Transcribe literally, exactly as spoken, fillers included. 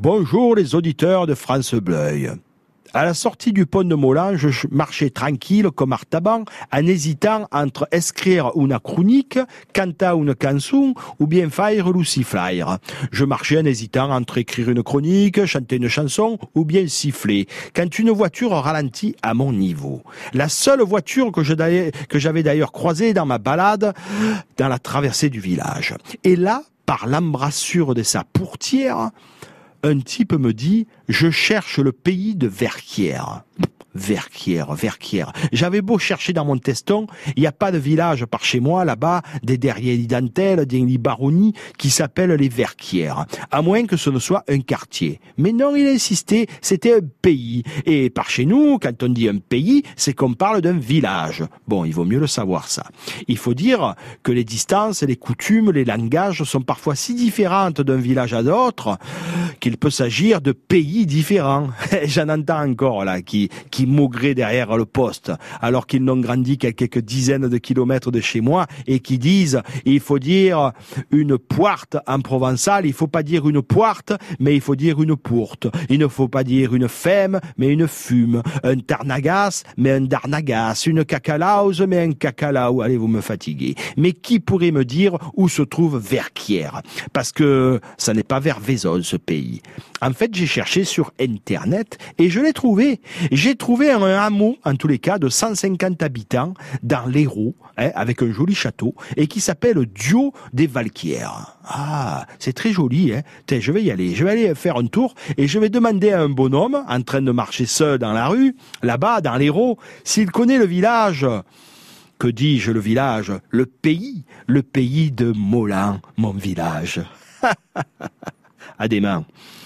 Bonjour les auditeurs de France Bleu. À la sortie du pont de Molan, je marchais tranquille comme Artaban, en hésitant entre écrire une chronique, canter une chanson ou bien faire Luciflyer. Je marchais en hésitant entre écrire une chronique, chanter une chanson ou bien siffler, quand une voiture ralentit à mon niveau. La seule voiture que je que j'avais d'ailleurs croisée dans ma balade dans la traversée du village. Et là, par l'embrassure de sa portière, un type me dit « Je cherche le pays de Verquières ». Verquières, Verquières. J'avais beau chercher dans mon teston, il n'y a pas de village par chez moi, là-bas, des derrière les dentelles, des baronnies, qui s'appellent les Verquières. À moins que ce ne soit un quartier. Mais non, il insistait, c'était un pays. Et par chez nous, quand on dit un pays, c'est qu'on parle d'un village. Bon, il vaut mieux le savoir, ça. Il faut dire que les distances, les coutumes, les langages sont parfois si différentes d'un village à l'autre qu'il peut s'agir de pays différents. J'en entends encore, là, qui, qui maugréent derrière le poste, alors qu'ils n'ont grandi qu'à quelques dizaines de kilomètres de chez moi, et qui disent, il faut dire une poarte en provençal, il faut pas dire une poarte, mais il faut dire une pourte. Il ne faut pas dire une femme, mais une fume. Un tarnagas, mais un darnagas. Une cacalause, mais un cacalaou. Allez, vous me fatiguez. Mais qui pourrait me dire où se trouve Verquières? Parce que ça n'est pas vers Vaison, ce pays. En fait, j'ai cherché sur Internet et je l'ai trouvé. J'ai trouvé un hameau, en tous les cas, de cent cinquante habitants dans l'Hérault, hein, avec un joli château, et qui s'appelle Diau des Valquières. Ah, c'est très joli, hein. Tiens, je vais y aller. Je vais aller faire un tour et je vais demander à un bonhomme, en train de marcher seul dans la rue, là-bas, dans l'Hérault, s'il connaît le village. Que dis-je, le village? Le pays, le pays de Molan, mon village. À demain.